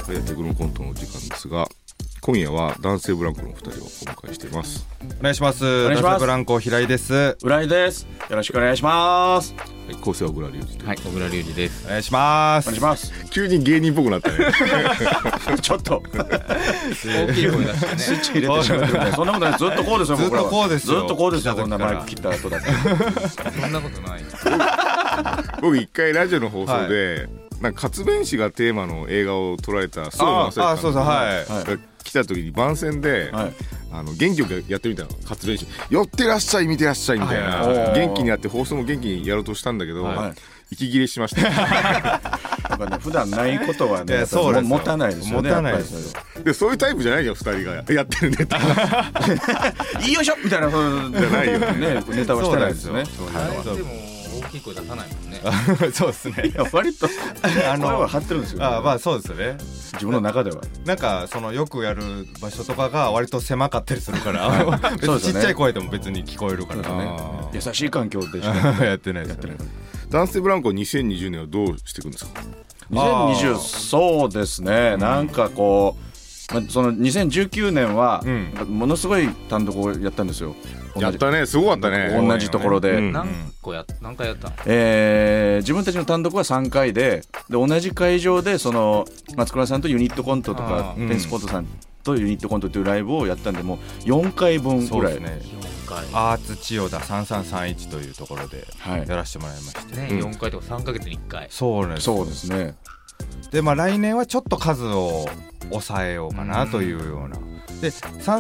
テクノコントの時間ですが、今夜は男性ブランコの2人をお迎えしています。 お願いします。男性ブランコ平井です。 浦井です。よろしくお願いします。 はい、構成は小倉隆二。 はい、小倉隆二です。 お願いします。 お願いします。 急に芸人っぽくなったねちょっと大きい声出してねスイッチ入れてしまってそんなことない。ずっとこうですよ。 ずっとこうですよ。 ずっとこうですよ。こんなマイク切った後だってそんなことない僕一回ラジオの放送で、なんか活弁士がテーマの映画を捉えた須藤正樹監督が来た時に番宣で、元気よくやってみたの。活弁士寄ってらっしゃい見てらっしゃいみたいな、元気になって放送も元気にやろうとしたんだけど、息切れしましたやっぱね、普段ないことはね持たないですよね。 持たないですよ。 でそういうタイプじゃないよ2人がやってるネタいいよいしょみたいなじゃないよね。ネタはしてないですよね。 でも大きい声出さないもんねそうですね。 いや割と声は張ってるんですよ。 まあそうですよね。 自分の中ではなんかそのよくやる場所とかが割と狭かったりするから別にちっちゃい声でも別に聞こえるからね。 優しい環境でしかやってないですよね。 男性ブランコ2020年はどうしていくんですか ？2020そうですね、なんかこう、その2019年はものすごい単独をやったんですよ。 やったね、すごかったね。 同じところで、 何回やったの？ 自分たちの単独は3回で同じ会場でその松倉さんとユニットコントとかテンスコントさんとユニットコントというライブをやったんで、もう4回分ぐらい、 アーツ千代田3331というところでやらせてもらいまして、 4回とか3ヶ月に1回。 そうですね。 で来年はちょっと数を抑えようかなというようなで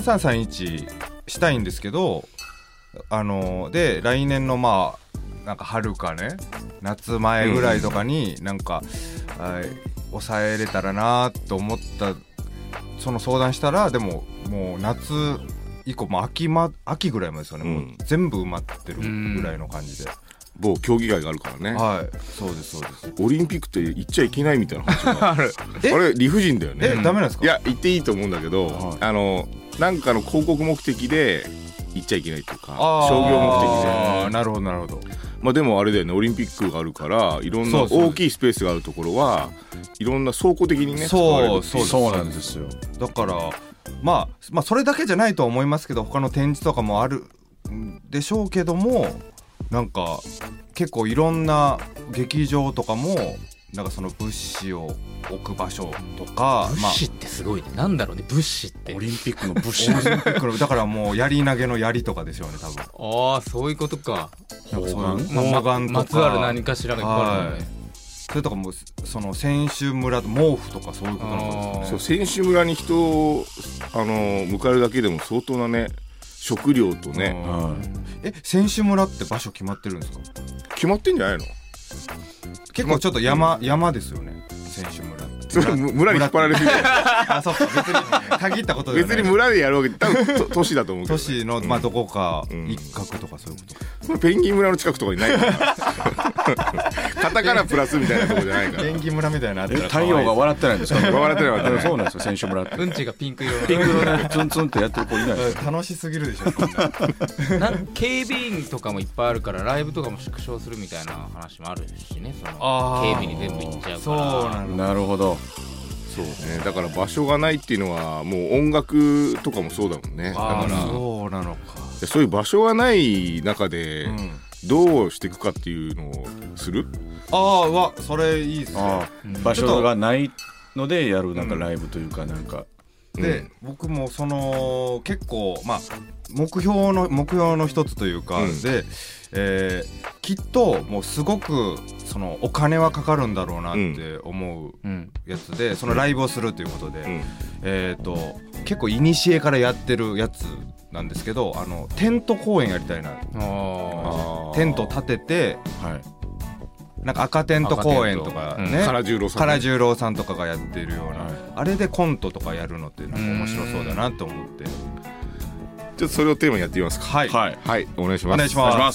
3331したいんですけど、で来年のなんか春かね夏前ぐらいとかになんか、抑えれたらなと思った。その相談したら、でももう夏以降秋ぐらいまでですよね、もう全部埋まってるぐらいの感じで、 某競技会があるからね。 そうですそうです。 オリンピックって行っちゃいけないみたいな話があれ理不尽だよね。 ダメなんですか？ いや行っていいと思うんだけど、なんかの広告目的で行っちゃいけないというか、商業目的で。 なるほどなるほど。 でもあれだよね、オリンピックがあるからいろんな大きいスペースがあるところはいろんな倉庫的にね使われる。 そうなんですよ。 だからそれだけじゃないとは思いますけど、他の展示とかもあるんでしょうけども、なんか結構いろんな劇場とかもなんかその物資を置く場所とか、 物資ってすごいね。なんだろうね、物資ってオリンピックの物資だからもう槍投げの槍とかでしょうね多分。 そういうことか。 なんかそういう砲丸とかまつわる何かしらがいっぱいあるよね。 それとかもその選手村と毛布とかそういうことなんですかね。 そう、選手村に人を迎えるだけでも相当なね食料とね。 選手村って場所決まってるんですか？ 決まってんじゃないの？ 結構ちょっと山ですよね、選手村。 それ村に引っ張られてるそうか、別に限ったことではない。 別に村でやるわけ多分都市だと思うけど、 都市のどこか一角とかそういうこと。 それペンギン村の近くとかにないからカタカナプラスみたいなとこじゃないから。 ペンギン村みたいなあったら太陽が笑ってないんですか？ 笑ってなかったね。 そうなんですよ、選手村って。 うんちがピンク色でツンツンってやってる子いないです。 楽しすぎるでしょ警備員とかもいっぱいあるからライブとかも縮小するみたいな話もあるしね。その警備に全部行っちゃうから。 なるほど。 そうね、だから場所がないっていうのはもう音楽とかもそうだもんね。だからそうなのか。 そういう場所がない中でどうしていくかっていうのをする。 それいいですね。 場所がないのでやるなんかライブというかなんかで、僕もその結構目標の一つというか、で、きっともうすごくそのお金はかかるんだろうなって思うやつで、そのライブをするということで、結構古からやってるやつなんですけど、テント公演やりたいな。テント立てて、なんか赤テント公演とかね、唐十郎さんとかがやってるような、あれでコントとかやるのってなんか面白そうだなと思って、 ちょっとそれをテーマにやってみますか。はい、お願いします。 お願いします。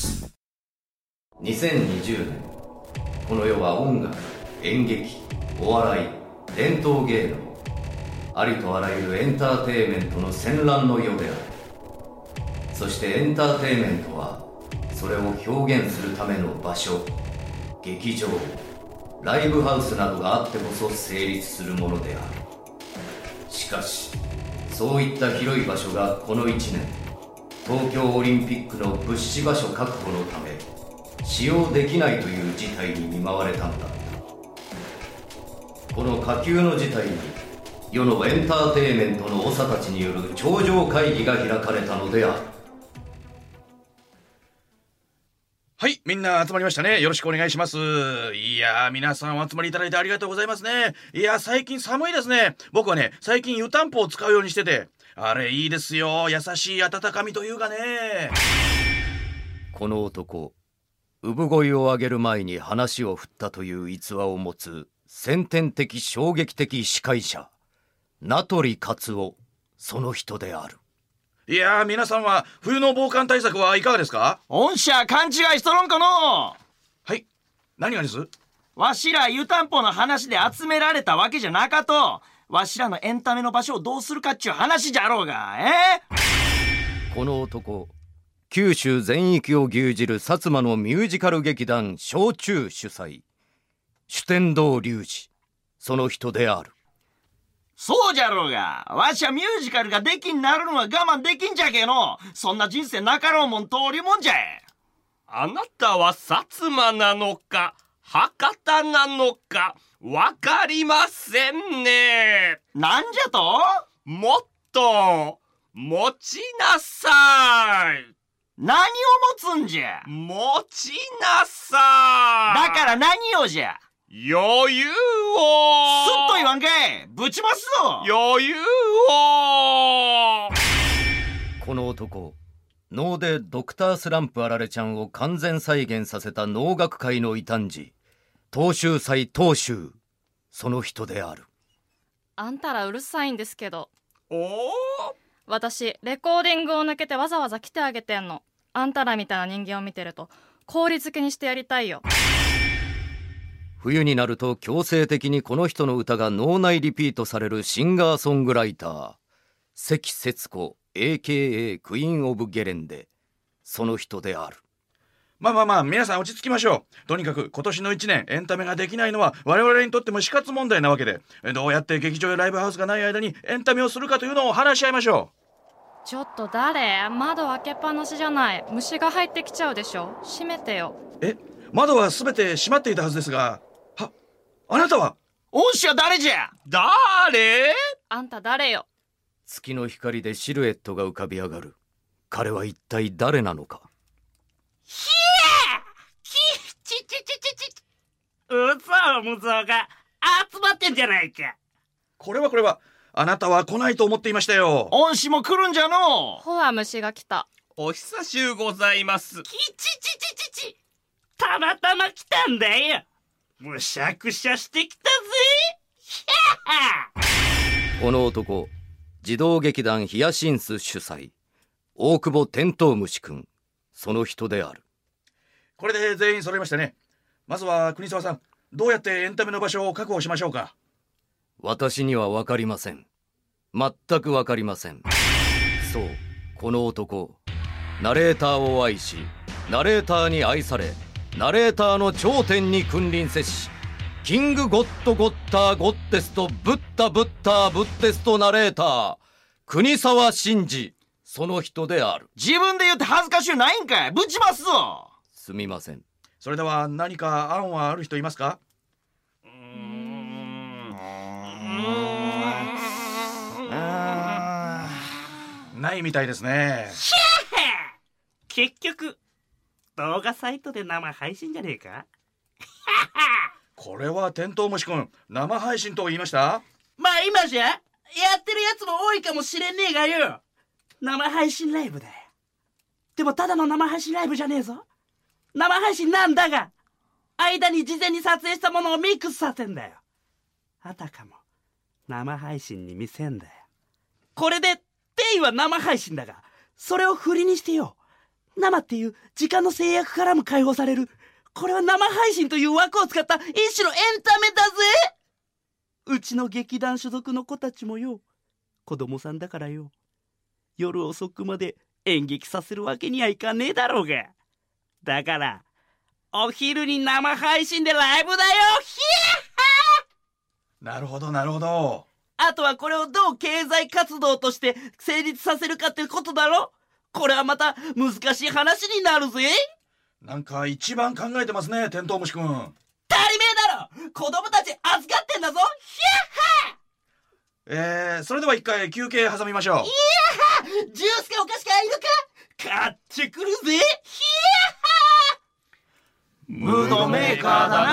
2020年、この世は音楽、演劇、お笑い、伝統芸能、ありとあらゆるエンターテインメントの戦乱の世である。そしてエンターテインメントはそれを表現するための場所、劇場、ライブハウスなどがあってこそ成立するものである。 かしそういった広い場所がこの1年東京オリンピックの物資場所確保のため使用できないという事態に見舞われたんだ。この下級の事態に世のエンターテインメントの長たちによる頂上会議が開かれたのである。 はい、みんな集まりましたね。よろしくお願いします。いやー、皆さんお集まりいただいてありがとうございますね。いやー、最近寒いですね。僕はね、最近湯たんぽを使うようにしてて、あれいいですよ。優しい温かみというかね。 この男、産声を上げる前に話を振ったという逸話を持つ先天的衝撃的司会者、名取勝夫、その人である。 いやー、皆さんは冬の防寒対策はいかがですか？ 御社勘違いしとろんかの。 はい、何がです？ わしら湯たんぽの話で集められたわけじゃなかと。わしらのエンタメの場所をどうするかっちゅう話じゃろうが。 この男、九州全域を牛耳る薩摩のミュージカル劇団焼酎主催、酒天堂隆二、その人である。 そうじゃろうが。わしはミュージカルができんなるのは我慢できんじゃけの。そんな人生なかろうもん通りもんじゃい。 あなたは薩摩なのか博多なのかわかりませんね。 なんじゃと？ もっと持ちなさい。 何を持つんじゃ？ 持ちなさい。だから何をじゃ？ 余裕を。 すっと言わんかい。ぶちますぞ。 余裕を。 この男、能でドクタースランプあられちゃんを完全再現させた能楽界の異端児、東秀斎東秀、その人である。 あんたらうるさいんですけど。 お？ 私レコーディングを抜けてわざわざ来てあげてんの。あんたらみたいな人間を見てると氷漬けにしてやりたいよ。 冬になると強制的にこの人の歌が脳内リピートされるシンガーソングライター、関節子 AKA クイーンオブゲレンデ、その人である。 まあ皆さん落ち着きましょう。とにかく今年の1年エンタメができないのは我々にとっても死活問題なわけで、どうやって劇場やライブハウスがない間にエンタメをするかというのを話し合いましょう。ちょっと誰？窓開けっぱなしじゃない。虫が入ってきちゃうでしょ。閉めてよ。 窓はすべて閉まっていたはずですが。あなたは？ 御社誰じゃ？ 誰？ あんた誰よ？ 月の光でシルエットが浮かび上がる。彼は一体誰なのか。 ひえ！うそむぞが集まってんじゃないか。 これはあなたは来ないと思っていましたよ。 恩師も来るんじゃのう。 ほわ虫が来た。 お久しゅうございます。 たまたま来たんだよ。むしゃくしゃしてきたぜ。 この男、児童劇団ヒヤシンス主催、大久保テントウムシ君、その人である。 これで全員揃いましたね。まずは国沢さん、どうやってエンタメの場所を確保しましょうか。 私には分かりません。全く分かりません。そう、この男、ナレーターを愛し、ナレーターに愛され、ナレーターの頂点に君臨せし、キングゴッドゴッターゴッテスとブッダブッターブッテストナレーター、国沢真治、その人である。 自分で言って恥ずかしゅうないんかい。ぶちますぞ。 すみません。 それでは何か案はある人いますか？ないみたいですね。 結局動画サイトで生配信じゃねえか。 これはテントウムシ君、生配信と言いました？ まあ今じゃやってるやつも多いかもしれねえがよ。生配信ライブだよ。でもただの生配信ライブじゃねえぞ。生配信なんだが、間に事前に撮影したものをミックスさせんだよ。あたかも生配信に見せんだよ。これで定位は生配信だが、それを振りにしてよ、生っていう時間の制約からも解放される、これは生配信という枠を使った一種のエンタメだぜ。うちの劇団所属の子たちもよ、子供さんだからよ、夜遅くまで演劇させるわけにはいかねえだろうが。だからお昼に生配信でライブだよ。 なるほどなるほど。 あとはこれをどう経済活動として成立させるかってことだろ。これはまた難しい話になるぜ。 なんか一番考えてますね、テントウムシくん。 足りめえだろ、子供たち預かってんだぞ。 ヒャッハ。それでは一回休憩挟みましょう。 いやー、ジュースかお菓子かいるか買ってくるぜ。ヒャッハ。 ムードメーカーだ